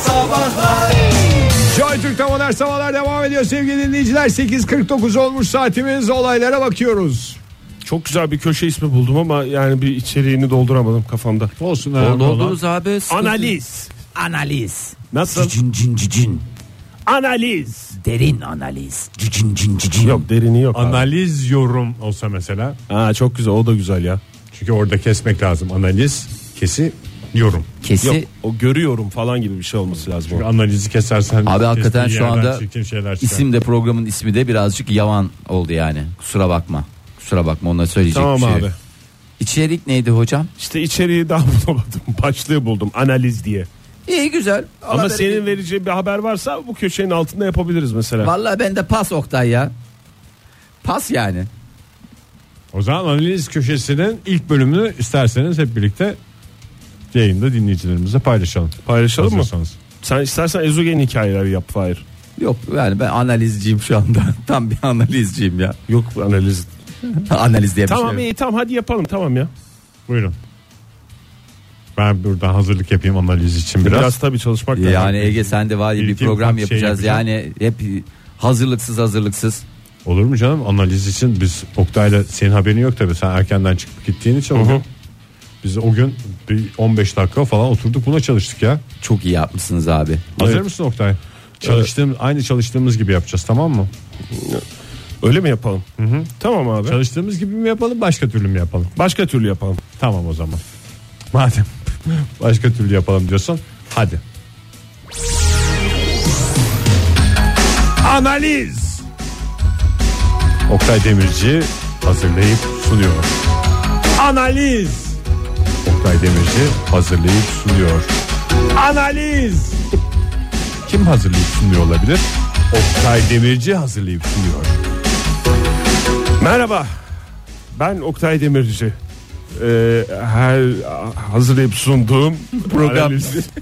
Sabahlar. Joy Türk'te modern sabahlar devam ediyor sevgili dinleyiciler. 8.49 olmuş saatimiz, olaylara bakıyoruz. Çok güzel bir köşe ismi buldum ama yani bir içeriğini dolduramadım kafamda. Olsun. Doldururuz abi. Analiz. Analiz. Nasıl? Cicin. Analiz. Derin analiz. Cicin. Yok, derini yok. Analiz yorum olsa mesela. Ha, çok güzel, o da güzel ya. Çünkü orada kesmek lazım. Analiz, kesi, yorum. Kesi. Yok, o görüyorum falan gibi bir şey olması lazım. Çünkü analizi kesersen Abi hakikaten kestiği şu yerden anda çirkin şeyler çıkar. isim de programın ismi de birazcık yavan oldu yani. Kusura bakma. Ona söyleyecek Tamam bir şey abi. yok. İçerik neydi hocam? İşte içeriği daha bulamadım. Başlığı buldum, analiz diye. İyi güzel. Ama senin vereceğin bir haber varsa bu köşenin altında yapabiliriz mesela. Vallahi ben de pas Oktay ya. Pas yani. O zaman analiz köşesinin ilk bölümünü isterseniz hep birlikte yayında dinleyicilerimizle paylaşalım. Paylaşalım mı? Hazırsanız. Sen istersen ezogen hikayeler yap Fahir. Yok yani ben analizciyim şu anda. Tam bir analizciyim ya. Yok analiz. Analiz diye bir Tamam şey. iyi, tamam hadi yapalım, tamam ya. Buyurun. Ben burada hazırlık yapayım analiz için Biraz tabii çalışmak lazım. Yani Ege sen de var ya bir İlk program ufak şey yapacağız. yapacağım. Yani hep hazırlıksız. Olur mu canım, analiz için biz Oktay'la, senin haberin yok tabii, sen erkenden çıkıp gittiğin için o gün. Biz o gün bir 15 dakika falan oturduk buna çalıştık ya. Çok iyi yapmışsınız abi. Hazır Evet. mısın Oktay? Aynı çalıştığımız gibi yapacağız, tamam mı? Öyle mi yapalım? Tamam abi. Çalıştığımız gibi mi yapalım, başka türlü mü yapalım? Başka türlü yapalım. Tamam o zaman. Madem başka türlü yapalım diyorsun, hadi. Analiz. Oktay Demirci hazırlayıp sunuyor. Analiz. Oktay Demirci hazırlayıp sunuyor. Analiz. Kim hazırlayıp sunuyor olabilir? Oktay Demirci hazırlayıp sunuyor. Merhaba. Ben Oktay Demirci. Her hazırlayıp sunduğum Program.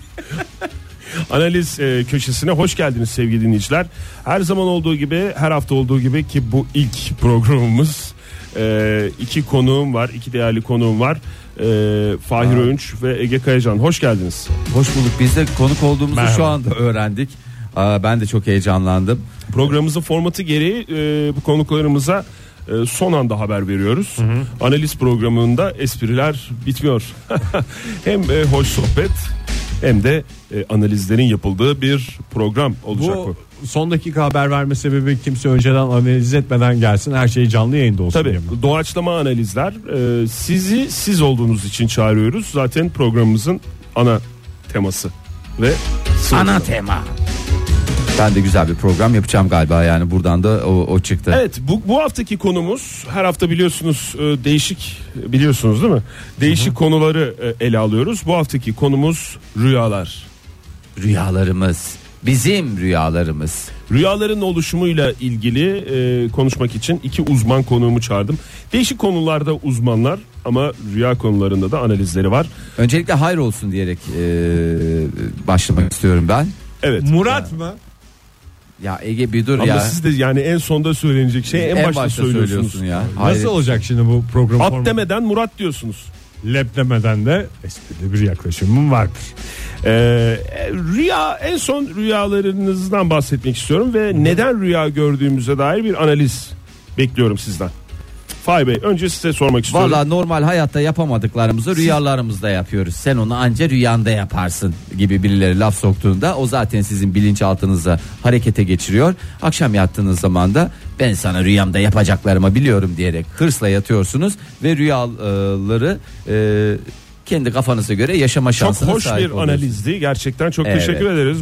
Analiz köşesine hoş geldiniz sevgili dinleyiciler. Her zaman olduğu gibi, her hafta olduğu gibi ki bu ilk programımız, iki konuğum var, iki değerli konuğum var. Fahir Öğünç ve Ege Kayacan, hoş geldiniz. Hoş bulduk. Biz de konuk olduğumuzu Merhaba. şu anda öğrendik. Ben de çok heyecanlandım. Programımızın formatı gereği bu konuklarımıza son anda haber veriyoruz. Analiz programında espriler bitmiyor. Hem hoş sohbet hem de analizlerin yapıldığı bir program olacak bu. Son dakika haber verme sebebi kimse önceden analiz etmeden gelsin, her şey canlı yayında olsun Tabii diye mi? doğaçlama analizler, sizi siz olduğunuz için çağırıyoruz. Zaten programımızın ana teması ve Ana tema. Ben de güzel bir program yapacağım galiba, yani buradan da o çıktı. Evet, bu haftaki konumuz, her hafta biliyorsunuz biliyorsunuz değil mi? Değişik konuları ele alıyoruz. Bu haftaki konumuz rüyalar. Rüyalarımız. Bizim rüyalarımız. Rüyaların oluşumuyla ilgili konuşmak için iki uzman konuğumu çağırdım. Değişik konularda uzmanlar ama rüya konularında da analizleri var. Öncelikle hayır olsun diyerek başlamak istiyorum ben. Evet. Murat mı? Ya Ege bir dur Ama ya. siz de yani en sonda söylenecek şey en başta söylüyorsunuz. söylüyorsun ya. Nasıl Hayır. olacak şimdi bu program At formatı? demeden Murat diyorsunuz. Lep demeden de esprili bir yaklaşımım vardır. Rüya, en son rüyalarınızdan bahsetmek istiyorum ve neden rüya gördüğümüze dair bir analiz bekliyorum sizden. Fahir Bey, önce size sormak istiyorum. Valla normal hayatta yapamadıklarımızı rüyalarımızda yapıyoruz. Sen onu anca rüyanda yaparsın gibi birileri laf soktuğunda o zaten sizin bilinçaltınıza harekete geçiriyor. Akşam yattığınız zaman da ben sana rüyamda yapacaklarımı biliyorum diyerek hırsla yatıyorsunuz ve rüyaları kendi kafanıza göre yaşama Çok şansına hoş sahip bir oluyorsunuz. analizdi. Gerçekten çok Evet. teşekkür ederiz.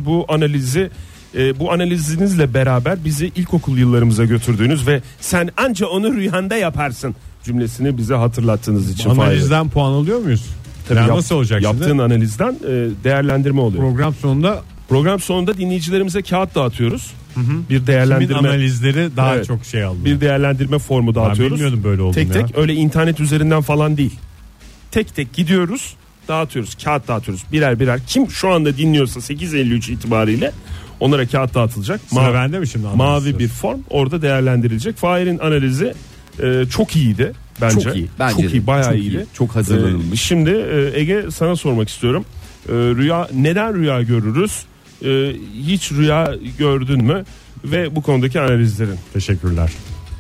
Bu analizinizle beraber bizi ilkokul yıllarımıza götürdüğünüz ve sen anca onu rüyanda yaparsın cümlesini bize hatırlattığınız için. Analizden puan alıyor muyuz? Tabii Yani nasıl olacak yaptığın şimdi? analizden değerlendirme oluyor. Program sonunda sonunda dinleyicilerimize kağıt dağıtıyoruz. Bir kimin değerlendirme analizleri daha Evet. çok şey aldı. bir değerlendirme formu dağıtıyoruz. bilmiyordum böyle olduğunu Tek ya. tek, öyle internet üzerinden falan değil. Tek tek gidiyoruz, dağıtıyoruz, kağıt dağıtıyoruz. Birer birer, kim şu anda dinliyorsa 8.53 itibariyle onlara kağıt dağıtılacak. Sıra bende mi şimdi? Mavi bir form orada değerlendirilecek. Fahir'in analizi çok iyiydi bence. Çok iyi. Bence çok de. iyi, bayağı Çok iyiydi. iyi. Çok hazırlanılmış. Şimdi Ege, sana sormak istiyorum. Neden rüya görürüz? hiç rüya gördün mü ve bu konudaki analizlerin. Teşekkürler.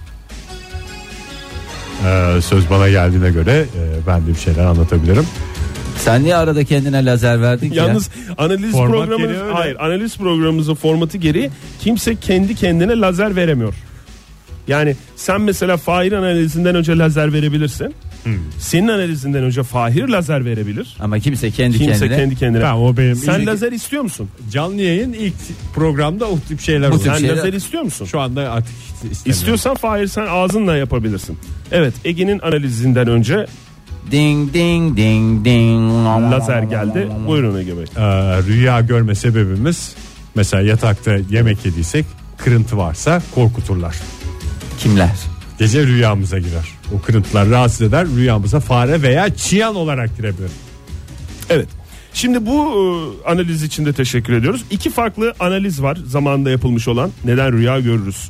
Söz bana geldiğine göre ben de bir şeyler anlatabilirim. Sen niye arada kendine lazer verdin ki? Yalnız analiz analiz programımızın formatı gereği kimse kendi kendine lazer veremiyor. Yani sen mesela Fahir analizinden önce lazer verebilirsin. Senin analizinden önce Fahir lazer verebilir. Ama kimse kendi kendine. Tamam, o benim. Sen lazer istiyor musun? Canlı yayın ilk programda o tip şeyler Bu oluyor. Sen şeyler- lazer istiyor musun? Şu anda artık istemiyorum. İstiyorsan Fahir sen ağzınla yapabilirsin. Evet, Ege'nin analizinden önce Ding ding ding ding. lazer geldi. Buyurun Ege Bey. Rüya görme sebebimiz, mesela yatakta yemek yediysek kırıntı varsa korkuturlar. Kimler? Gece rüyamıza girer. O kırıntılar rahatsız eder, rüyamıza fare veya çiyan olarak girebilir. Evet. Şimdi bu analiz için de teşekkür ediyoruz. 2 farklı analiz var zamanında yapılmış olan. Neden rüya görürüz?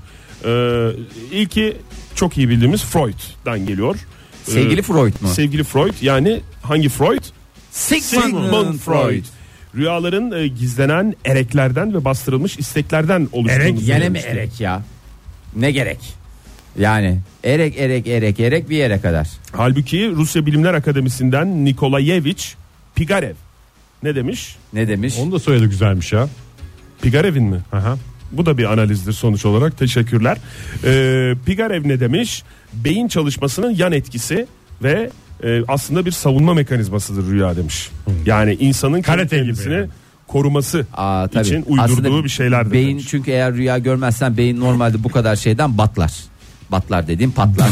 İlki çok iyi bildiğimiz Freud'dan geliyor. Sevgili Freud mu? Sevgili Freud, yani hangi Freud? Sigmund Freud. Rüyaların gizlenen ereklerden ve bastırılmış isteklerden oluştuğunu Gene mi söylemişti. erek ya? Ne gerek? Yani erek bir yere kadar. Halbuki Rusya Bilimler Akademisi'nden Nikolayevich Pigarev ne demiş? Ne demiş? Onun da soyadı güzelmiş ya. Pigarev'in mi? Aha. Bu da bir analizdir sonuç olarak. Teşekkürler. Pigarev ne demiş? Beyin çalışmasının yan etkisi ve aslında bir savunma mekanizmasıdır rüya demiş. Yani insanın Karate gibi kendisini yani. koruması Tabii. için uydurduğu Aslında bir şeylerdir beyin demiş. çünkü eğer rüya görmezsen beyin normalde bu kadar şeyden batlar. Batlar dediğim patlar.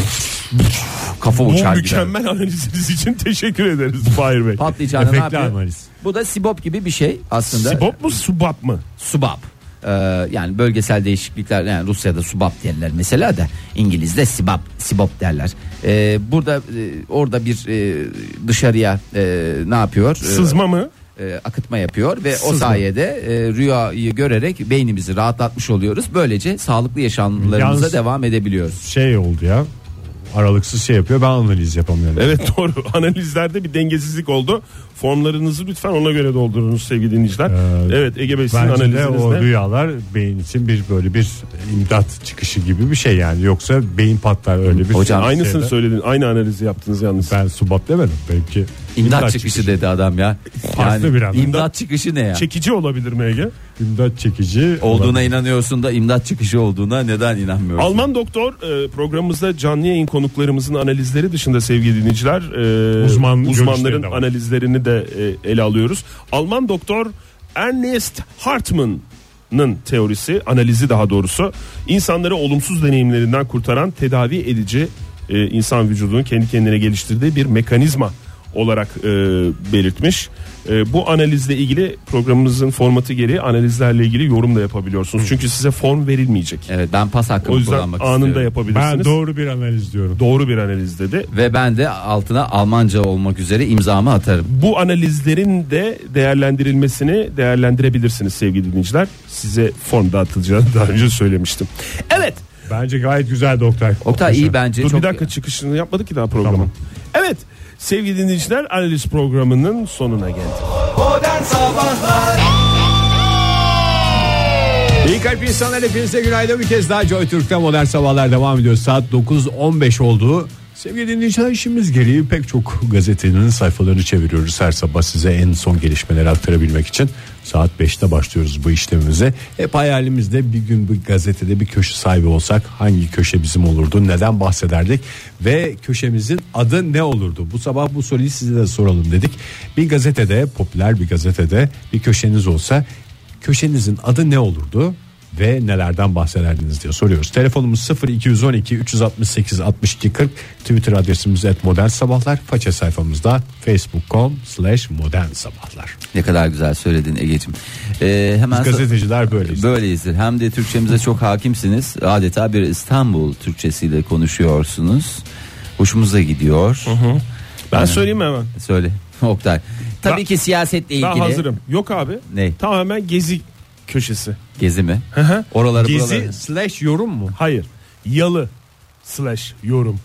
Kafa Bu uçar gider. mükemmel analiziniz için teşekkür ederiz Fahir Bey. Patlayacağını ne Efektli yapıyor? analiz. Bu da sibop gibi bir şey aslında. Sibop mu subap mı? Subap. Yani bölgesel değişiklikler, yani Rusya'da subap derler mesela da İngiliz'de sibop derler. Burada orada bir dışarıya ne yapıyor? Sızma mı? Akıtma yapıyor ve o Sızma. sayede rüyayı görerek beynimizi rahatlatmış oluyoruz. Böylece sağlıklı yaşamlarımıza Yalnız- devam edebiliyoruz. Şey oldu ya, aralıksız şey yapıyor, ben analiz yapamıyorum. Evet doğru. Analizlerde bir dengesizlik oldu. Formlarınızı lütfen ona göre doldurunuz sevgili dinleyiciler. Evet Ege Bey, sizin Bence de o analizinizde. rüyalar beyin için bir böyle bir imdat çıkışı gibi bir şey yani. Yoksa beyin patlar öyle bir Hocam, Aynısını şeyde. söyledin. Aynı analizi yaptınız yalnız. Ben subap demedim. Belki İmdat çıkışı dedi adam ya. Farklı bir anlam. İmdat çıkışı ne ya? Çekici olabilir mi Ege? İmdat çekici Olduğuna olabilir. inanıyorsun da imdat çıkışı olduğuna neden inanmıyorsun? Alman doktor programımızda canlı yayın konuklarımızın analizleri dışında sevgili dinleyiciler Uzman görüşleri uzmanların de var. analizlerini de ele alıyoruz. Alman doktor Ernest Hartmann'ın teorisi, analizi daha doğrusu, insanları olumsuz deneyimlerinden kurtaran tedavi edici insan vücudunun kendi kendine geliştirdiği bir mekanizma olarak belirtmiş. Bu analizle ilgili programımızın formatı gereği analizlerle ilgili yorum da yapabiliyorsunuz. Çünkü size form verilmeyecek. Evet, ben pas O hakkımı yüzden kullanmak anında istiyorum. yapabilirsiniz. Ben doğru bir analiz diyorum. Doğru bir analiz dedi. Ve ben de altına Almanca olmak üzere imzamı atarım. Bu analizlerin de değerlendirebilirsiniz sevgili dinleyiciler. Size form dağıtılacağını daha önce söylemiştim. Evet. Bence gayet güzel doktor. Oktay iyi bence. Dur çok... bir dakika, çıkışını yapmadık ki daha programın. Tamam. Evet. Sevgili dinleyiciler, analiz programının sonuna geldik. Modern Sabahlar. İyi kalp insanlar, hepinize günaydın. Bir kez daha Joy Türk'te Modern Sabahlar devam ediyor. Saat 9:15 oldu. Sevgili dinleyiciler, işimiz gereği pek çok gazetenin sayfalarını çeviriyoruz her sabah size en son gelişmeleri aktarabilmek için. Saat 5'te başlıyoruz bu işlemimize. Hep hayalimizde bir gün bir gazetede bir köşe sahibi olsak hangi köşe bizim olurdu, neden bahsederdik ve köşemizin adı ne olurdu? Bu sabah bu soruyu size de soralım dedik. Bir gazetede, popüler bir gazetede bir köşeniz olsa köşenizin adı ne olurdu ve nelerden bahsederdiniz diye soruyoruz. Telefonumuz 0212 368 62 40, Twitter adresimiz @modernsabahlar, faça sayfamızda facebook.com/modernsabahlar. Ne kadar güzel söyledin Egeciğim. Hemen Biz gazeteciler böyleyiz. Böyleyizdir. Hem de Türkçemize çok hakimsiniz. Adeta bir İstanbul Türkçesiyle konuşuyorsunuz. Hoşumuza gidiyor. Ben söyleyeyim mi hemen? Söyle Oktay. Tabii Ben- ki siyasetle ilgili. Ben hazırım. Yok abi. Ne? Tamamen gezi köşesi. Gezi mi? hı. Oraları Gezi buraları. /yorum mu? Hayır. Yalı /yorum.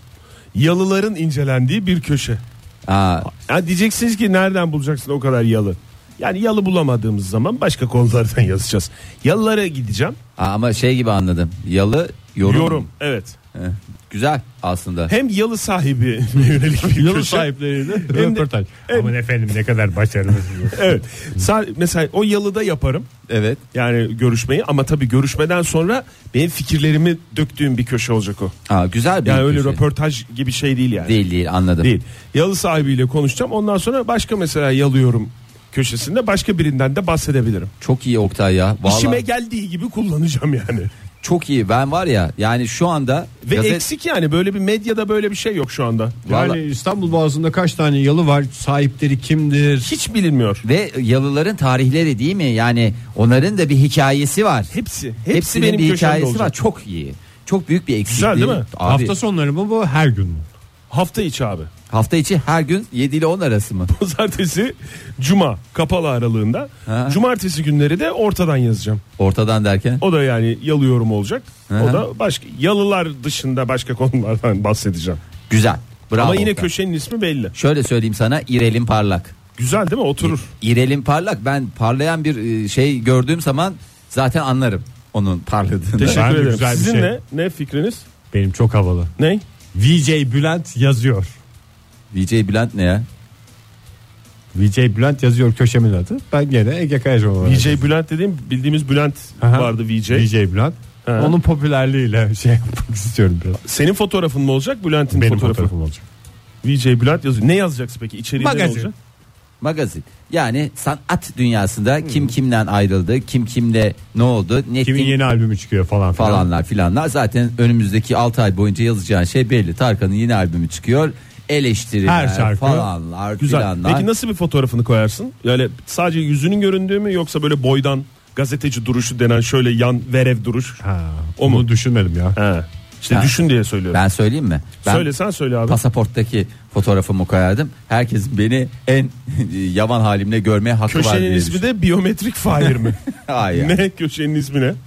Yalıların incelendiği bir köşe. Aa, Ya diyeceksiniz ki nereden bulacaksın o kadar yalı? Yani yalı bulamadığımız zaman başka konulardan yazacağız. Yalılara gideceğim. Ama şey gibi anladım. Yalı yorum. Evet. Güzel aslında. Hem yalı sahibi yönelik bir Yalı köşe. sahipleriyle Hem de- röportaj. Aman efendim ne kadar başarılısınız. Evet. Mesela o yalıda yaparım. Evet. Yani görüşmeyi, ama tabii görüşmeden sonra benim fikirlerimi döktüğüm bir köşe olacak o. Güzel bir Yani öyle köşe. röportaj gibi şey değil yani. Değil anladım. Değil. Yalı sahibiyle konuşacağım. Ondan sonra başka mesela yalıyorum köşesinde başka birinden de bahsedebilirim. Çok iyi Oktay ya. Vallahi İşime geldiği gibi kullanacağım yani. çok iyi. Ben var ya yani şu anda Ve eksik yani, böyle bir medyada böyle bir şey yok şu anda. Yani Vallahi- İstanbul Boğazı'nda kaç tane yalı var? Sahipleri kimdir? Hiç bilinmiyor. ve yalıların tarihleri değil mi? Yani onların da bir hikayesi var. Hepsi Hepsinin benim bir köşemde hikayesi olacak. var. Çok iyi. Çok büyük bir eksiklik. Güzel değil mi? Abi, Hafta sonları mı bu, her gün mü? Hafta içi abi. hafta içi her gün 7 ile 10 arası mı? Pazartesi, cuma kapalı aralığında. Ha. Cumartesi günleri de ortadan yazacağım. Ortadan derken? O da yani yalıyorum olacak. Hı. O da başka yalılar dışında başka konulardan bahsedeceğim. Güzel. Bravo. Ama yine Oktay. köşenin ismi belli. Şöyle söyleyeyim sana, İrel'in Parlak. Güzel değil mi? Oturur. İrel'in Parlak, ben parlayan bir şey gördüğüm zaman zaten anlarım onun parladığını. Teşekkür Ben de ederim. güzel bir Sizin şey. ne fikriniz? Benim çok havalı. Ne? VJ Bülent yazıyor. VJ Bülent ne ya? VJ Bülent yazıyor köşemin adı. Ben gene Ege Kayacan olarak. VJ Bülent dediğim bildiğimiz Bülent Aha. vardı VJ. VJ Bülent. Ha. Onun popülerliğiyle şey yapmak istiyorum biraz. Senin fotoğrafın mı olacak, Bülent'in Benim fotoğrafı? fotoğrafım olacak. VJ Bülent yazıyor. Ne yazacaksın peki? İçeriğinde ne Magazin. olacak? Magazin. Yani sanat dünyasında kim kimden ayrıldı, kim kimle ne oldu, ne Kimin yeni albümü çıkıyor falan filan. falanlar filanlar. Zaten önümüzdeki 6 ay boyunca yazacağın şey belli. Tarkan'ın yeni albümü çıkıyor. Eleştiriler Her şarkı. falanlar Güzel. filanlar. Peki nasıl bir fotoğrafını koyarsın? Yani sadece yüzünün göründüğü mü, yoksa böyle boydan gazeteci duruşu denen şöyle yan verev duruş? Ha, O onu mu? düşünmedim ya. He. İşte Ha. düşün diye söylüyorum. Ben söyleyeyim mi? Ben Söyle, sen söyle abi. pasaporttaki fotoğrafımı koyardım. Herkes beni en yavan halimle görmeye hakkı var Köşenin diye ismi de biyometrik Fahir mi? Hayır. Ne köşenin ismi ne?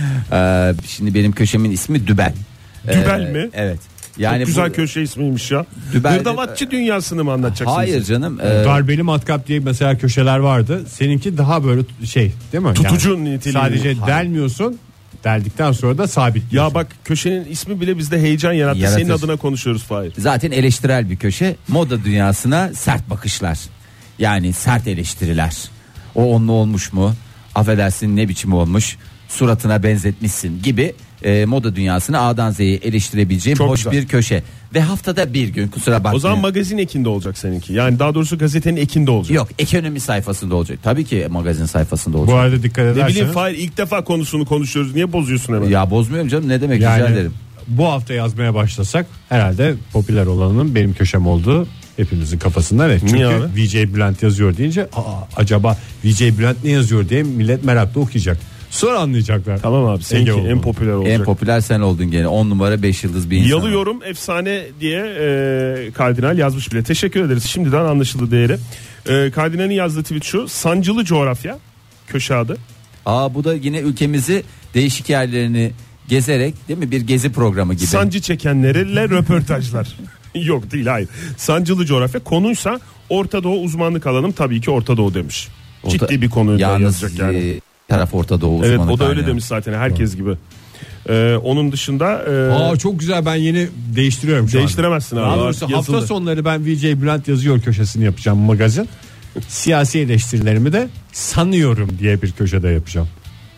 Şimdi benim köşemin ismi Dübel. Dübel mi? Evet. Yani Çok güzel bu- köşe ismiymiş ya. Dübel- Hırdavatçı dünyasını mı anlatacaksın? Hayır canım. Darbeli matkap diye mesela köşeler vardı. Seninki daha böyle şey değil mi? Tutucu niteliği. Sadece Hayır. delmiyorsun. Deldikten sonra da sabit. Ya bak, köşenin ismi bile bizde heyecan yarattı. Yaratır. Senin adına konuşuyoruz Fahir. Zaten eleştirel bir köşe. Moda dünyasına sert bakışlar. Yani sert eleştiriler. O onlu olmuş mu? Affedersin, ne biçim olmuş? Suratına benzetmişsin gibi moda dünyasını A'dan Z'ye eleştirebileceğim Çok hoş güzel. bir köşe. Ve haftada bir gün, kusura bakmayın. O zaman magazin ekinde olacak seninki. Yani daha doğrusu gazetenin ekinde olacak. Yok, ekonomi sayfasında olacak. Tabii ki magazin sayfasında Bu olacak. arada dikkat Ne bileyim ederseniz Fahir, ilk defa konusunu konuşuyoruz. Niye bozuyorsun hemen? Ya bozmuyorum canım, ne demek, rica yani ederim. bu hafta yazmaya başlasak herhalde popüler olanın benim köşem olduğu hepimizin kafasında net. Çünkü Niye abi? VJ Bülent yazıyor deyince acaba VJ Bülent ne yazıyor diye millet merakla okuyacak. Sonra anlayacaklar. Tamam abi, seninki Ege en oldu. popüler olacak. En popüler sen oldun gene. 10 numara 5 yıldız bir insan. Yalıyorum efsane diye Kardinal yazmış bile. Teşekkür ederiz. Şimdiden anlaşıldı değeri. Kardinal'in yazdığı tweet şu: sancılı coğrafya köşe adı. Bu da yine ülkemizi değişik yerlerini gezerek, değil mi, bir gezi programı gibi. Sancı çekenlerle röportajlar. Yok değil, hayır. Sancılı coğrafya, konuysa Orta Doğu uzmanlık alanım, tabii ki Orta Doğu demiş. Ciddi bir konuyu Yalnız yazacak yani. taraf Orta Doğu uzmanı. Evet, o da öyle kaynağı. demiş zaten, herkes gibi. Onun dışında Çok güzel, ben yeni değiştiriyorum şu değiştiremezsin anda. abi. Daha doğrusu Yazılı. hafta sonları ben VJ Bülent yazıyor köşesini yapacağım, magazin. Siyasi eleştirilerimi de sanıyorum diye bir köşede yapacağım.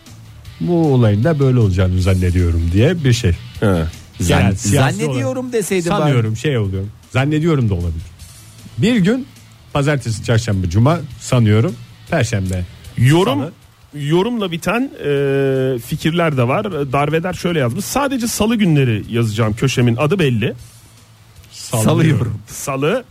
Bu olayın da böyle olacağını zannediyorum diye bir şey. He. Genel, siyasi Zannediyorum deseydin bari. sanıyorum şey oluyorum. Zannediyorum da olabilir. Bir gün pazartesi, çarşamba, cuma, sanıyorum perşembe. Salı. Yorumla biten fikirler de var. Darveder şöyle yazmış: sadece salı günleri yazacağım, köşemin adı belli. Salıyorum. Salı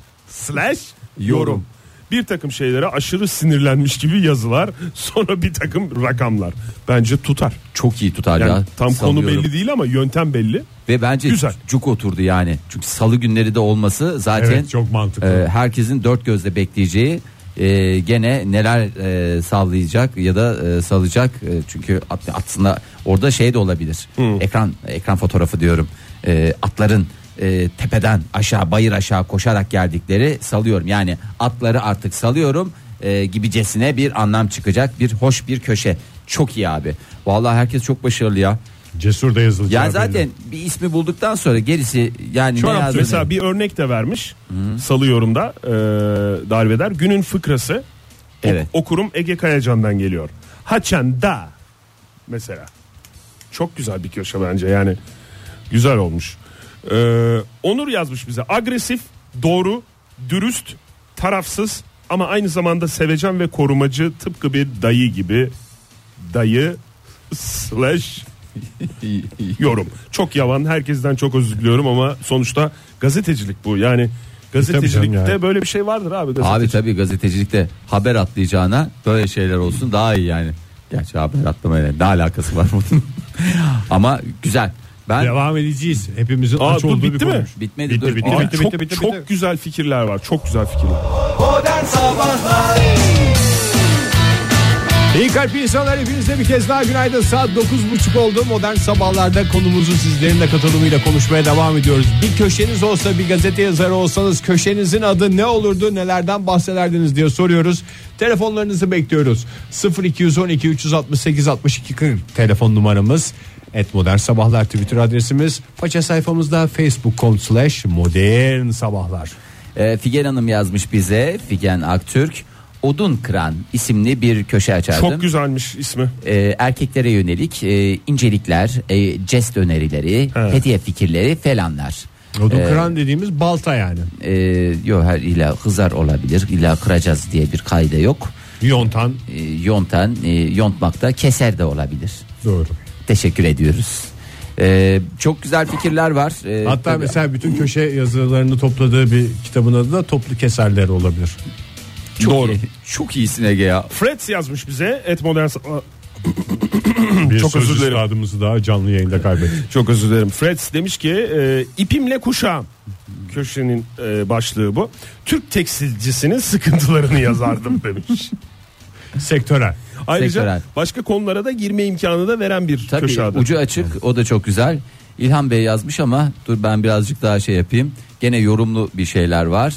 / yorum. Bir takım şeylere aşırı sinirlenmiş gibi yazılar, sonra bir takım rakamlar. Bence tutar. Çok iyi tutar Yani ya. tam konu Salıyorum. belli değil ama yöntem belli. Ve bence Güzel. cuk oturdu yani. Çünkü salı günleri de olması zaten Evet, çok mantıklı. herkesin dört gözle bekleyeceği, gene neler sallayacak ya da salacak. Çünkü aslında orada şey de olabilir. Ekran fotoğrafı diyorum. Atların tepeden aşağı, bayır aşağı koşarak geldikleri, salıyorum. Yani atları artık salıyorum. gibicesine bir anlam çıkacak, bir hoş bir köşe. Çok iyi abi. Vallahi herkes çok başarılı ya. Cesur da yazılacak. Ya zaten bir ismi bulduktan sonra gerisi yani Şu ne an yazdığını. mesela bir örnek de vermiş. Salıyorum da darveder. Günün fıkrası. Evet. Okurum Ege Kayacan'dan geliyor. Haçanda mesela. Çok güzel bir köşe bence yani. Güzel olmuş. Onur yazmış bize. Agresif, doğru, dürüst, tarafsız ama aynı zamanda sevecen ve korumacı, tıpkı bir dayı gibi. Dayı / yorum. Çok yavan, herkesten çok özür diliyorum ama sonuçta gazetecilik bu. Yani gazetecilikte yani. böyle bir şey vardır abi. Abi tabii gazetecilikte haber atlayacağına böyle şeyler olsun daha iyi yani. Gerçi haber atlamayla ne alakası var bunun. Ama güzel. Ben Devam edeceğiz. Hepimizin aç dur, olduğu bitti bir mi? konumuş. Bitmedi, dur. Bitti, Aa, bitti, çok, bitti, bitti, çok bitti. güzel fikirler var. Çok güzel fikirler. Modern Sabahlar İyi kalp insanlar, hepinize bir kez daha günaydın. Saat 9.30 oldu. Modern Sabahlar'da konumuzu sizlerin de katılımıyla konuşmaya devam ediyoruz. Bir köşeniz olsa, bir gazete yazarı olsanız köşenizin adı ne olurdu, nelerden bahsederdiniz diye soruyoruz. Telefonlarınızı bekliyoruz. 0212 368 62 40 telefon numaramız. @Modern Sabahlar Twitter adresimiz. Faça sayfamızda facebook.com/modern sabahlar. Figen Hanım yazmış bize. Figen Aktürk. Odun Kıran isimli bir köşe açardım. Çok güzelmiş ismi. Erkeklere yönelik incelikler, jest önerileri, hediye fikirleri falanlar. Odun kıran dediğimiz balta yani. Yok, her illa hızar olabilir, illa kıracağız diye bir kaide yok. Yontan. Yontan, yontmakta keser de olabilir. Doğru. Teşekkür ediyoruz. Çok güzel fikirler var. Hatta tabii, mesela bütün köşe yazılarını topladığı bir kitabın adı da Toplu Keserler olabilir. çok Doğru. iyi. Çok iyisin Ege ya. Freds yazmış bize. @modern Bir Çok söz özür dilerim. üstadımızı daha canlı yayında kaybettik. Çok özür dilerim. Freds demiş ki ipimle kuşağım. Köşenin başlığı bu. Türk tekstilcisinin sıkıntılarını yazardım demiş. Sektörel. Ayrıca Sektörel. başka konulara da girme imkanı da veren bir Tabii köşe adı. ucu açık, o da çok güzel. İlhan Bey yazmış ama dur ben birazcık daha şey yapayım. Gene yorumlu bir şeyler var.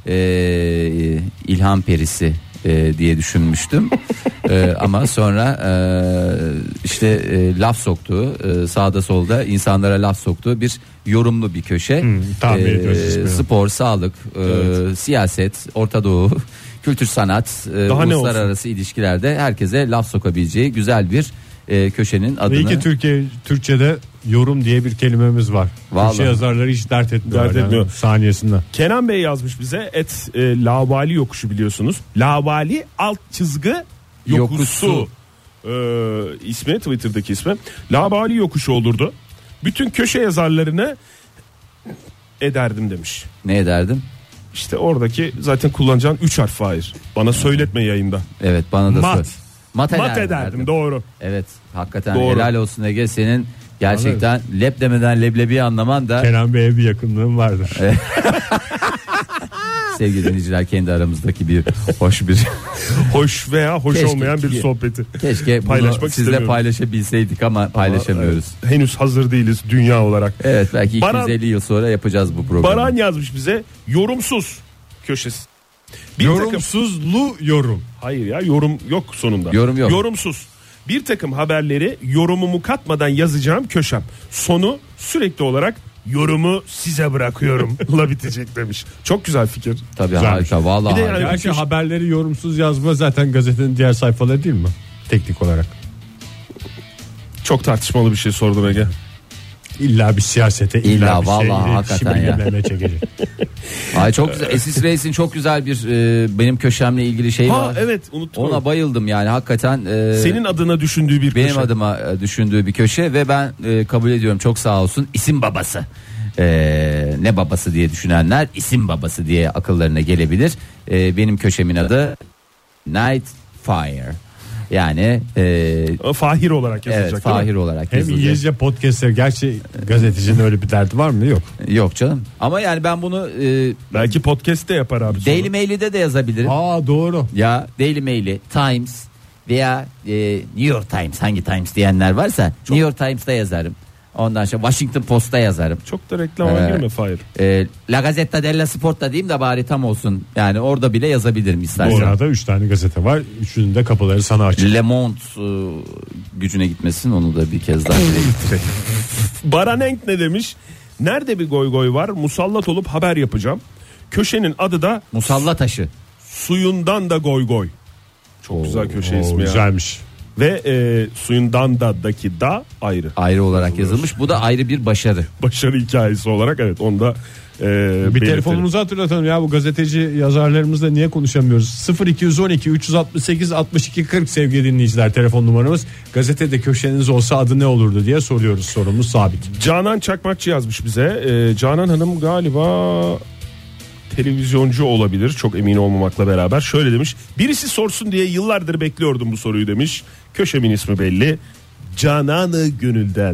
İlham perisi diye düşünmüştüm. Ama sonra işte laf soktuğu, sağda solda insanlara laf soktuğu bir yorumlu bir köşe. tahmin ediyoruz ismini. Spor, sağlık, siyaset, Orta Doğu, kültür sanat, Daha ne uluslararası ilişkilerde herkese laf sokabileceği güzel bir köşenin adını. İyi ki Türkçe'de yorum diye bir kelimemiz var. Vallahi. Köşe yazarları hiç dert etmiyor. Dert etmiyor. Saniyesinden. Kenan Bey yazmış bize lavali yokuşu biliyorsunuz. Lavali _ yokusu ismi, Twitter'daki ismi. Lavali yokuşu olurdu. Bütün köşe yazarlarını ederdim demiş. Ne ederdim? İşte oradaki zaten kullanacağın 3 harf Fahir. Bana söyletme yayında. Evet, bana da Mat. söyle. Mat Ederdim, doğru. Evet, hakikaten Doğru. helal olsun Ege, senin gerçekten leb demeden leblebi anlaman da Kenan Bey'e bir yakınlığım vardır. sevgili dinleyiciler kendi aramızdaki bir hoş bir Hoş veya hoş Keşke- olmayan bir sohbeti. keşke bunu Paylaşmak sizle istemiyorum. paylaşabilseydik ama paylaşamıyoruz. Evet, henüz hazır değiliz dünya olarak. Evet, belki Baran- 250 yıl sonra yapacağız bu programı. Baran yazmış bize yorumsuz köşesi. Bir takım- Yorumsuzlu yorum. Hayır ya, yorum yok sonunda. Yorum yok. Yorumsuz. Bir takım haberleri yorumumu katmadan yazacağım köşem. Sonu sürekli olarak yorumu size bırakıyorum la bitecek demiş. Çok güzel fikir. Tabii Güzelmiş. harika vallahi. Bir de yani- harika. Gerçi haberleri yorumsuz yazma zaten gazetenin diğer sayfaları değil mi? Teknik olarak. Çok tartışmalı bir şey sordum Ege. İlla bir siyasete, İlla, illa bir vallahi şeyi hakikaten ya. şimdilerine çekecek. Ay çok güzel. Esis Reis'in çok güzel bir benim köşemle ilgili şey Ha var. evet, unuttum. Ona bayıldım yani hakikaten. Senin adına düşündüğü bir benim köşe. adıma düşündüğü bir köşe ve ben kabul ediyorum, çok sağ olsun. İsim babası. Ne babası diye düşünenler isim babası diye akıllarına gelebilir. Benim köşemin adı Night Fire. Yani Fahir olarak yazılacak. evet, değil mi? Fahir olarak Hem yazılacak. İngilizce podcastler, gerçi gazetecinin öyle bir derdi var mı? Yok. Yok canım. Ama yani ben bunu Belki podcast'te yapar abi sonra. Daily Mail'de de yazabilirim. Aa doğru. Ya Daily Mail'i, Times veya New York Times, hangi Times diyenler varsa New York Times'ta yazarım. Ondan sonra Washington Post'ta yazarım. Çok da reklama girme Fahir. La Gazzetta dello Sport'ta diyeyim de bari tam olsun. Yani orada bile yazabilirim istersen. Bu arada 3 tane gazete var. Üçünün de kapıları sana açık. Le Monde gücüne gitmesin, onu da bir kez daha getireyim. Baranenk ne demiş? Nerede bir goy goy var? Musallat olup haber yapacağım. Köşenin adı da Musalla taşı. Suyundan da goy goy. Çok güzel köşe ismi ya. Güzelmiş. Ve suyundan da'daki da ayrı. Ayrı olarak yazılmış. Bu da ayrı bir başarı. Başarı hikayesi olarak evet, onu da Bir belirtelim. telefonumuzu hatırlatalım ya, bu gazeteci yazarlarımızla niye konuşamıyoruz? 0212 368 62 40 sevgili dinleyiciler, telefon numaramız. Gazetede köşeniz olsa adı ne olurdu diye soruyoruz, sorumuz sabit. Canan Çakmakçı yazmış bize. Canan Hanım galiba televizyoncu olabilir, çok emin olmamakla beraber. Şöyle demiş: birisi sorsun diye yıllardır bekliyordum bu soruyu demiş. Köşemin ismi belli, Canan-ı Gönül'den.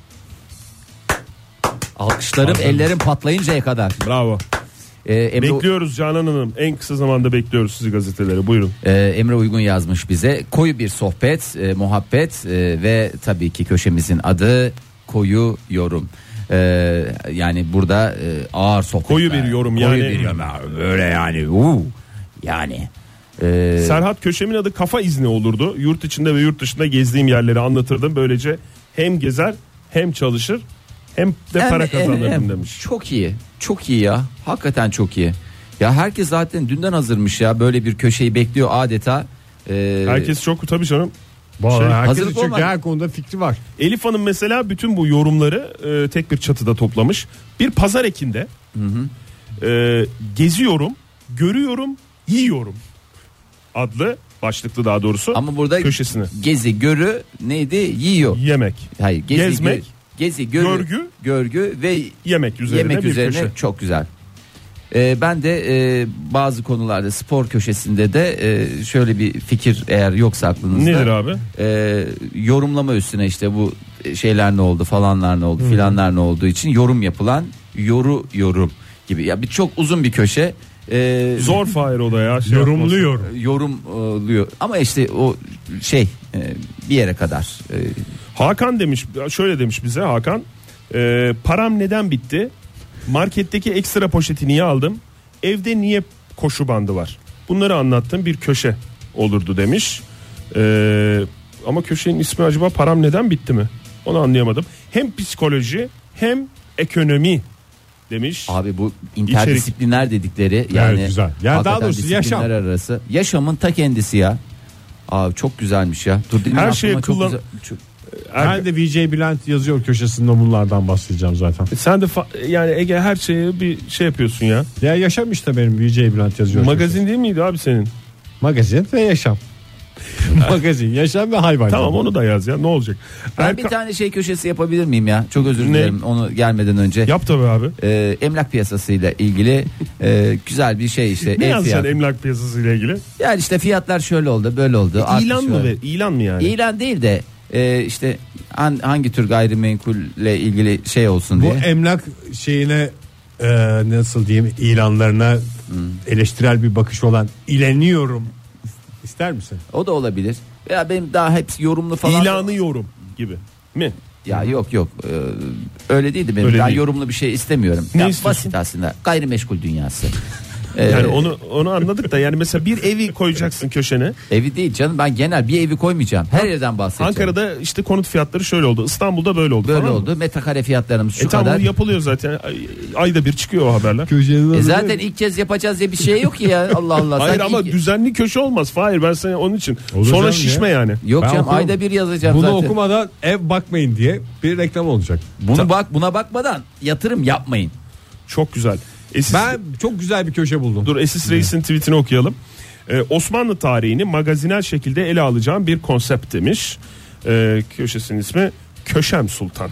Alkışlarım ellerim patlayıncaya kadar. Bravo. Emre, Bekliyoruz Canan Hanım, en kısa zamanda bekliyoruz sizi gazetelere, buyurun. Emre Uygun yazmış bize. Koyu bir sohbet, muhabbet ve tabii ki köşemizin adı Koyu Yorum. Yani burada ağır sohbet. Koyu bir yorum Koyu yani. bir yorum. Öyle yani. Yani. Serhat, köşemin adı Kafa İzni olurdu. Yurt içinde ve yurt dışında gezdiğim yerleri anlatırdım. Böylece hem gezer hem çalışır hem de para kazanırdım demiş. Çok iyi. Çok iyi ya. Hakikaten çok iyi. Ya herkes zaten dünden hazırmış ya. Böyle bir köşeyi bekliyor adeta. Herkes çok, tabii canım. Herkesin hazırlık çünkü olmadı. her konuda fikri var. Elif Hanım mesela bütün bu yorumları tek bir çatıda toplamış. Bir pazar ekinde geziyorum, görüyorum, yiyorum adlı başlıklı, daha doğrusu. Ama burada köşesine. Gezi, görü neydi? Yiyor. Yemek. Hayır, gezi, Gezmek, gezi, görgü ve yemek üzerine bir köşe. çok güzel. Ben de bazı konularda, spor köşesinde de şöyle bir fikir, eğer yoksa aklınızda. Nedir abi? Yorumlama üstüne, işte bu şeyler ne oldu, falanlar ne oldu, filanlar ne olduğu için yorum yapılan yorum gibi. Ya bir çok uzun bir köşe. Zor Fahir o da ya. Yorumluyor. Ama işte o bir yere kadar. Hakan demiş, şöyle demiş bize Hakan. Param neden bitti? Marketteki ekstra poşeti niye aldım? Evde niye koşu bandı var? Bunları anlattığım bir köşe olurdu demiş. Ama köşenin ismi acaba param neden bitti mi? Onu anlayamadım. Hem psikoloji hem ekonomi demiş. Abi bu interdisipliner dedikleri, yani evet, güzel. Yani daha doğrusu yaşam arası. Yaşamın ta kendisi ya. Abi çok güzelmiş ya. Dur, her şeye kullan. Ben de VJ Bülent yazıyor köşesinde, bunlardan bahsedeceğim zaten. Sen de yani Ege, her şeye bir şey yapıyorsun ya. Ya yaşam işte benim, VJ Bülent yazıyor. Magazin değil miydi abi senin? Magazin ve yaşam. Magazin, yaşam ve hayvan. Tamam, onu da yaz ya, ne olacak? Ben bir tane köşesi yapabilir miyim ya? Çok özür dilerim onu gelmeden önce. Yap tabii abi. Emlak piyasasıyla ilgili güzel bir şey işte. Ne yazacaksın emlak piyasasıyla ilgili? Yani işte fiyatlar şöyle oldu, böyle oldu. İlan mı ve ilan mı yani? İlan değil de işte hangi tür gayrimenkulle ilgili şey olsun diye. Bu emlak şeyine nasıl diyeyim, ilanlarına eleştirel bir bakış olan ileniyorum ister misin? O da olabilir. Ya benim daha hepsi yorumlu falan. İlanı yorum gibi mi? Ya yok öyle değildi benim. Öyle daha değil. Yorumlu bir şey istemiyorum. Ne ya istiyorsun? basit aslında, gayrimeşgul dünyası. Yani onu anladık da, yani mesela bir evi koyacaksın köşene. Evi değil canım, ben genel bir evi koymayacağım. Her yerden bahsedeceğim. Ankara'da işte konut fiyatları şöyle oldu. İstanbul'da böyle oldu. Böyle oldu. Metrekare fiyatlarımız şu Tamam, kadar. yapılıyor zaten. Ayda bir çıkıyor o haberler. Zaten ilk kez yapacağız diye bir şey yok ki ya. Allah Allah. Hayır, Sen ama düzenli köşe olmaz. Fahir, ben sana onun için. Olur Sonra canım şişme ya. yani. Yok Ben canım, okurum. ayda bir yazacağım Bunu zaten. okumadan ev bakmayın diye bir reklam olacak. Buna bakmadan yatırım yapmayın. Çok güzel. Ben çok güzel bir köşe buldum. Dur, Esis Reis'in tweetini okuyalım. Osmanlı tarihini magazinel şekilde ele alacağım bir konsept demiş. Köşesinin ismi Köşem Sultan.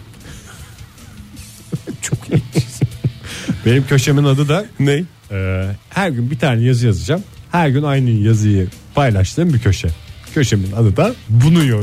Çok iyi. Benim köşemin adı da Ne? her gün bir tane yazı yazacağım. Her gün aynı yazıyı paylaştığım bir köşe. Köşemin adı da Bunu Yor.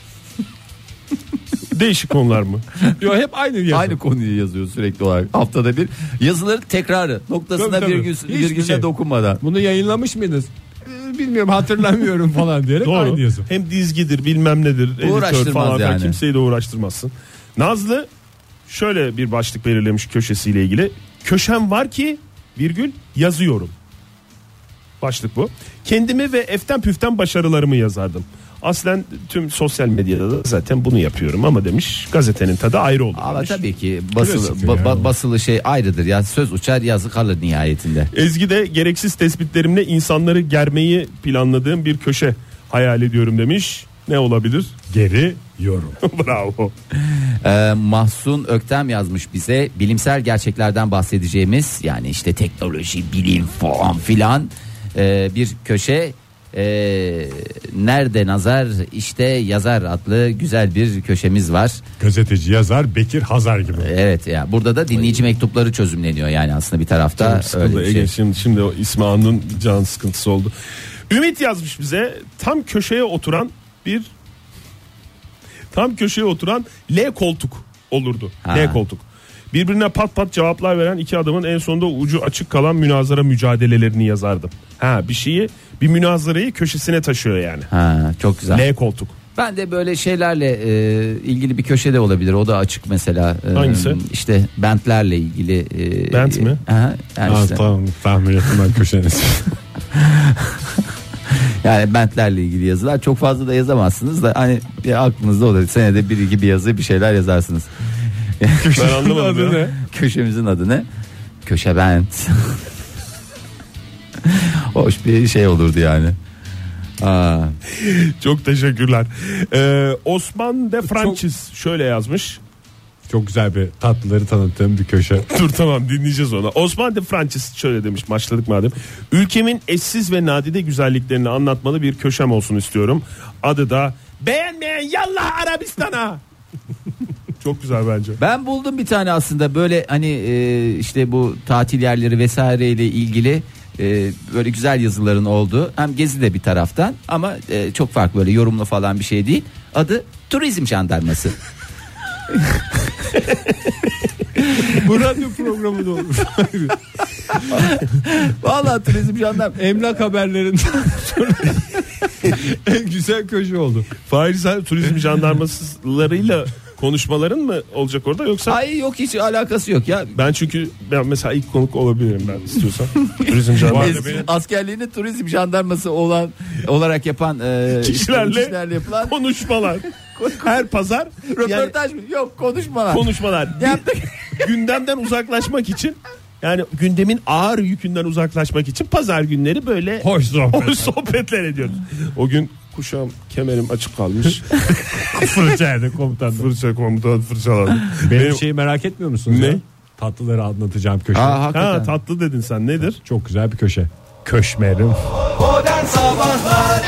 Değişik konular mı? Yok, hep aynı yazı. Aynı konuyu yazıyor sürekli olarak. Haftada bir. Yazıların tekrarı. Noktasına Tabii. virgülüne Hiçbir şey. dokunmadan. Bunu yayınlamış mıydınız? Bilmiyorum, hatırlamıyorum falan diyerek Doğru. aynı yazı. Hem dizgidir, bilmem nedir, editör Uğraştırmaz falan filan, yani. kimseyi de uğraştırmazsın. Nazlı şöyle bir başlık belirlemiş köşesiyle ilgili. Köşem var ki virgül yazıyorum. Başlık bu. Kendimi ve eften püften başarılarımı yazardım. Aslen tüm sosyal medyada da zaten bunu yapıyorum ama demiş gazetenin tadı ayrı olur. Ama demiş. tabii ki Klasik ya. basılı şey ayrıdır ya, söz uçar yazı kalır nihayetinde. Ezgi de gereksiz tespitlerimle insanları germeyi planladığım bir köşe hayal ediyorum demiş. Ne olabilir? Geri yorum. Bravo. Mahsun Öktem yazmış bize, bilimsel gerçeklerden bahsedeceğimiz, yani işte teknoloji, bilim falan filan bir köşe. Nerede nazar işte yazar adlı güzel bir köşemiz var. Gazeteci yazar Bekir Hazar gibi. Evet ya, burada da dinleyici mektupları çözümleniyor yani aslında bir tarafta. Sıkıldı Öyle bir şey. Şimdi o İsmi An'ın can sıkıntısı oldu. Ümit yazmış bize, tam köşeye oturan L koltuk olurdu. Ha. L koltuk. Birbirine pat pat cevaplar veren iki adamın en sonunda ucu açık kalan münazara mücadelelerini yazardım. Bir münazarayı köşesine taşıyor yani. Ha, çok güzel. L koltuk. Ben de böyle şeylerle ilgili bir köşe de olabilir. O da açık mesela. Hangisi? İşte bentlerle ilgili. Bent mi? Aha, yani, işte, Tamam, tahmin ettim ben köşeniz. yani bentlerle ilgili yazılar çok fazla da yazamazsınız da hani bir aklınızda olur. Senede bir yazı bir şeyler yazarsınız. Ben anlamadım ya. Köşemizin adı ne? Köşe bent. Hoş bir şey olurdu yani. Aa. Çok teşekkürler. Osman de Francis şöyle yazmış. Çok güzel bir tatlıları tanıttığım bir köşe. Dur tamam, dinleyeceğiz onu. Osman de Francis şöyle demiş, başladık madem. Ülkemin eşsiz ve nadide güzelliklerini anlatmalı bir köşem olsun istiyorum. Adı da beğenmeyen yallah Arabistan'a. Çok güzel bence. Ben buldum bir tane aslında böyle hani işte bu tatil yerleri vesaireyle ilgili böyle güzel yazıların olduğu, hem gezi de bir taraftan ama çok farklı, böyle yorumlu falan bir şey değil. Adı Turizm Jandarması. Bu radyo programı da olur. Vallahi Turizm Jandarması. Emlak haberlerinden sonra en güzel köşe oldu. Fahir, sen turizm jandarmalarıyla konuşmaların mı olacak orada yoksa? Ay yok, hiç alakası yok ya. Ben mesela ilk konuk olabilirim ben istiyorsan. Turizm jandarması. Askerliğini turizm jandarması olarak yapan kişilerle yapılan konuşmalar. Her pazar röportaj mı? Yok, konuşmalar. Yaptık. Gündemden uzaklaşmak için, yani gündemin ağır yükünden uzaklaşmak için pazar günleri böyle Hoş sohbetler ediyoruz. O gün kuşağım, kemerim açık kalmış. Fırçaydı komutan. Komutan fırçaladı. Benim şeyi merak etmiyor musunuz? Ne? Ya? Tatlıları anlatacağım köşe. Hakikaten. Tatlı dedin sen, nedir? Çok güzel bir köşe. Köşmerim. Modern Sabahlar.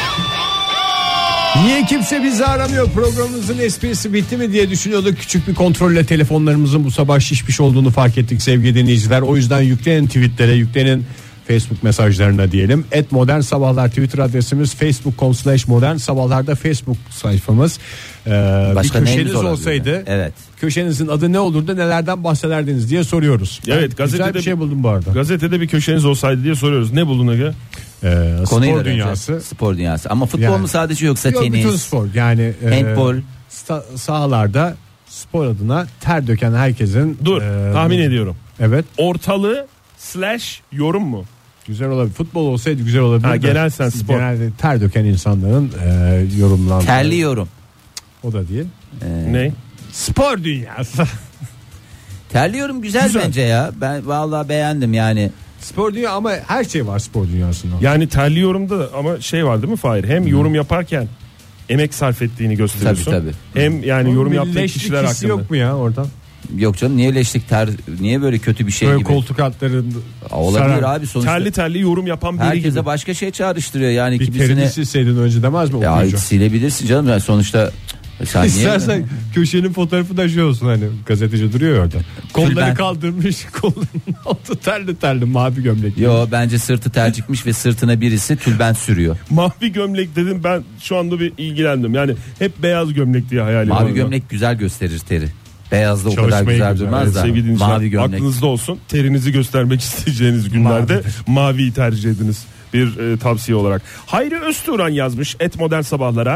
Niye kimse bizi aramıyor, programımızın esprisi bitti mi diye düşünüyorduk. Küçük bir kontrolle telefonlarımızın bu sabah şişmiş olduğunu fark ettik sevgili dinleyiciler. O yüzden yüklenin tweetlere, yüklenin Facebook mesajlarına diyelim. @modernsabahlar Twitter adresimiz, facebook.com/modern sabahlarda Facebook sayfamız. Başka bir neyimiz köşeniz olabilir? olsaydı Evet. köşenizin adı ne olurdu, nelerden bahsederdiniz diye soruyoruz. Evet, güzel gazetede bir şey buldum bu arada. Gazetede bir köşeniz olsaydı diye soruyoruz. Ne buldun Aga? Konuyla Spor dünyası. Spor dünyası. Ama futbol Yani. mu sadece, yoksa Yok, bütün tenis, spor yani handbol. Sahalarda spor adına ter döken herkesin. Tahmin ediyorum. Evet, Ortalığı /yorum mu? güzel olabilir. Futbol olsaydı güzel olabilir. Ha, de genel sen siz spor. Genelde ter döken insanların yorumlandığı. Terliyorum. O da değil. Ne? Spor dünyası. Terliyorum güzel bence ya. Ben vallahi beğendim yani. Spor dünya, ama her şey var spor dünyasında. Yani terliyorum da ama şey var değil mi Fahir? Hem yorum yaparken emek sarf ettiğini gösteriyorsun. Tabii. Hem yani yorum yaptığın Leşlik kişiler hissi hakkında. yok mu ya oradan? Yok canım, niye leşlik niye böyle kötü bir şey Böyle gibi. koltuk altlarında Olabilir saran, abi, sonuçta. Terli yorum yapan biri Herkese gibi. başka şey çağrıştırıyor yani, bir kimisine. terini silseydin önce demez mi Ya okuyucu? silebilirsin canım, yani sonuçta. Sen niye? İstersen köşenin fotoğrafı da şey olsun, hani gazeteci duruyor ya orada. Kolları Tülbent. kaldırmış, kollarının altı terli mavi gömlek. Yo, bence sırtı tercikmiş ve sırtına birisi tülbent sürüyor. Mavi gömlek dedim, ben şu anda bir ilgilendim. Yani hep beyaz gömlek diye hayal ediyorum. Mavi gömlek güzel gösterir teri. Beyazda o kadar Çalışmayı güzel güzel. durmaz Evet, da. sevgili dinleyiciler, Mavi gömlek. aklınızda olsun. Terinizi göstermek isteyeceğiniz günlerde maviyi tercih ediniz. Bir tavsiye olarak. Hayri Özturan yazmış @modernsabahlara.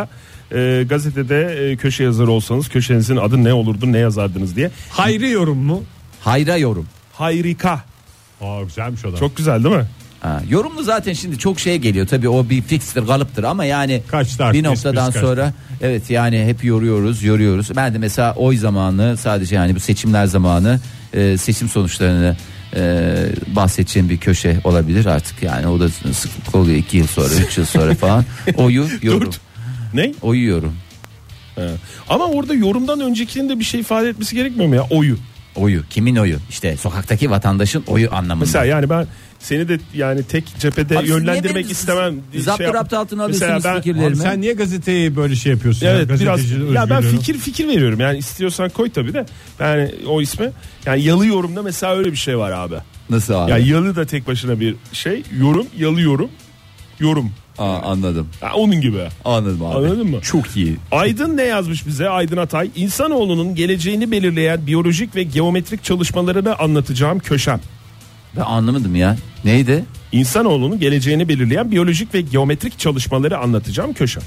gazetede köşe yazarı olsanız köşenizin adı ne olurdu, ne yazardınız diye. Hayri yorum mu? Hayra yorum. Hayrika. Güzelmiş o da. Çok güzel değil mi? Yorumlu zaten şimdi çok şey geliyor. Tabii o bir fikstir, kalıptır ama yani bir noktadan sonra evet yani hep yoruyoruz. Ben de mesela oy zamanı sadece yani bu seçimler zamanı seçim sonuçlarını bahsedeceğim bir köşe olabilir artık. Yani o da sıklık oluyor 2 yıl sonra 3 yıl sonra falan. Oyu yorum. Ne? Oyu yorum. Ama orada yorumdan öncekinin de bir şey ifade etmesi gerekmiyor mu ya? Oyu. Kimin oyu? İşte sokaktaki vatandaşın oyu anlamında. Mesela yani ben seni de yani tek cephede Abi yönlendirmek istemem. Zaptı altına alıyorsunuz fikirlerimi. Abi sen niye gazeteyi böyle şey yapıyorsun? Evet ya? biraz. Ya ben fikir veriyorum. Yani istiyorsan koy tabii de. Yani o ismi. Yani yalı yorumda mesela öyle bir şey var abi. Nasıl abi? Yani yalı da tek başına bir şey. Yalı yorum. Anladım. Ya onun gibi. Anladım abi. Anladın mı? Çok iyi. Aydın ne yazmış bize? Aydın Atay. İnsanoğlunun geleceğini belirleyen biyolojik ve geometrik çalışmalarını anlatacağım köşem. Ben anlamadım ya. Neydi? İnsanoğlunun geleceğini belirleyen biyolojik ve geometrik çalışmaları anlatacağım köşem.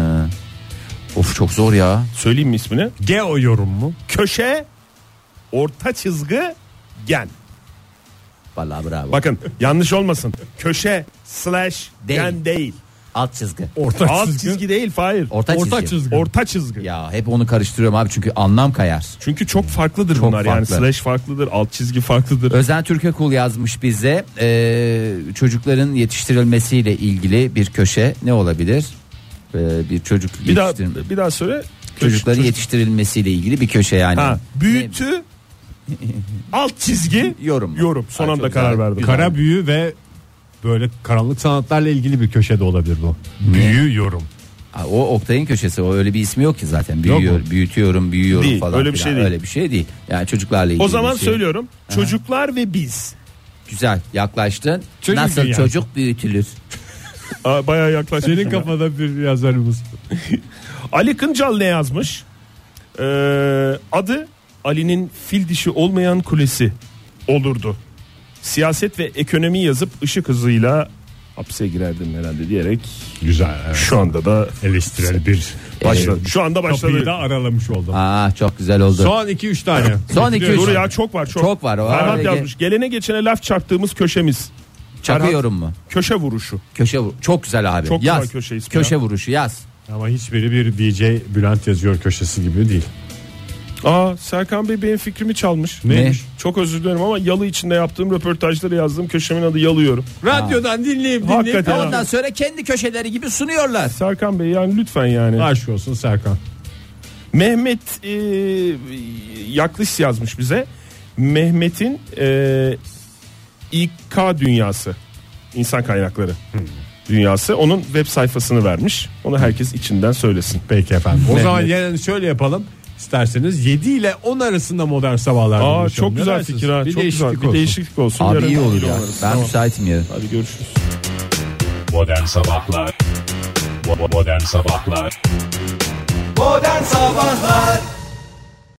Of çok zor ya. Söyleyeyim mi ismini? Geo yorum mu? Köşe orta çizgi gen. Vallahi bravo. Bakın yanlış olmasın. Köşe gen değil. Alt çizgi. Alt çizgi değil Fahir. Orta çizgi. Ya hep onu karıştırıyorum abi çünkü anlam kayar. Çünkü çok farklıdır çok bunlar. farklı. Yani slash farklıdır, alt çizgi farklıdır. Özen Türkekul yazmış bize. Çocukların yetiştirilmesiyle ilgili bir köşe ne olabilir? Bir çocuk bir daha söyle. Çocukların yetiştirilmesiyle ilgili bir köşe yani. Büyütü alt çizgi yorum. Son anda karar verdim. Kara büyü ve böyle karanlık sanatlarla ilgili bir köşe de olabilir bu. Büyü yorum. O Oktay'ın köşesi, o öyle bir ismi yok ki zaten. Büyütüyorum değil, falan. Öyle bir şey değil. Öyle bir şey değil. Yani çocuklarla ilgili. O zaman bir şey. söylüyorum. Çocuklar ve biz. Güzel yaklaştın. Çocuk nasıl dünyası. çocuk büyütülür? Bayağı yaklaştın. Senin kafada bir yazarımız. Ali Kıncal ne yazmış? Adı Ali'nin fil dişi olmayan kulesi olurdu. Siyaset ve ekonomi yazıp ışık hızıyla hapse girerdim herhalde diyerek. Güzel. Evet. Şu anda da eleştirel bir başladı. Şu anda başladı. Kapıyı da aralamış oldum. Çok güzel oldu. Son 2-3 tane. Son 2-3 Dur ya çok var. Çok var. Ferhat yazmış. Gelene geçene laf çarptığımız köşemiz. Çakıyorum mu? Köşe vuruşu. Çok güzel abi. Çok yaz. güzel köşe ismi. Köşe vuruşu yaz. Ama hiçbiri bir DJ Bülent yazıyor köşesi gibi değil. Serkan Bey benim fikrimi çalmış. Neymiş? Çok özür dilerim ama yalı içinde yaptığım röportajları yazdığım köşemin adı Yalıyorum. Radyodan dinleyip Hakikaten. Ondan sonra kendi köşeleri gibi sunuyorlar. Serkan Bey yani lütfen yani. Aşk olsun Serkan. Mehmet Yaklış yazmış bize. Mehmet'in İK dünyası, insan kaynakları dünyası, onun web sayfasını vermiş. Onu herkes içinden söylesin. Peki efendim. O Mehmet. zaman yani şöyle yapalım. İsterseniz 7 ile 10 arasında modern sabahlar. Çok güzel fikir ha. Çok güzel. Bir değişiklik olsun. Abi yarın iyi olur ya. oluruz. Ben Tamam. müsaitim yarın. Hadi görüşürüz. Modern Sabahlar. Modern Sabahlar. Modern Sabahlar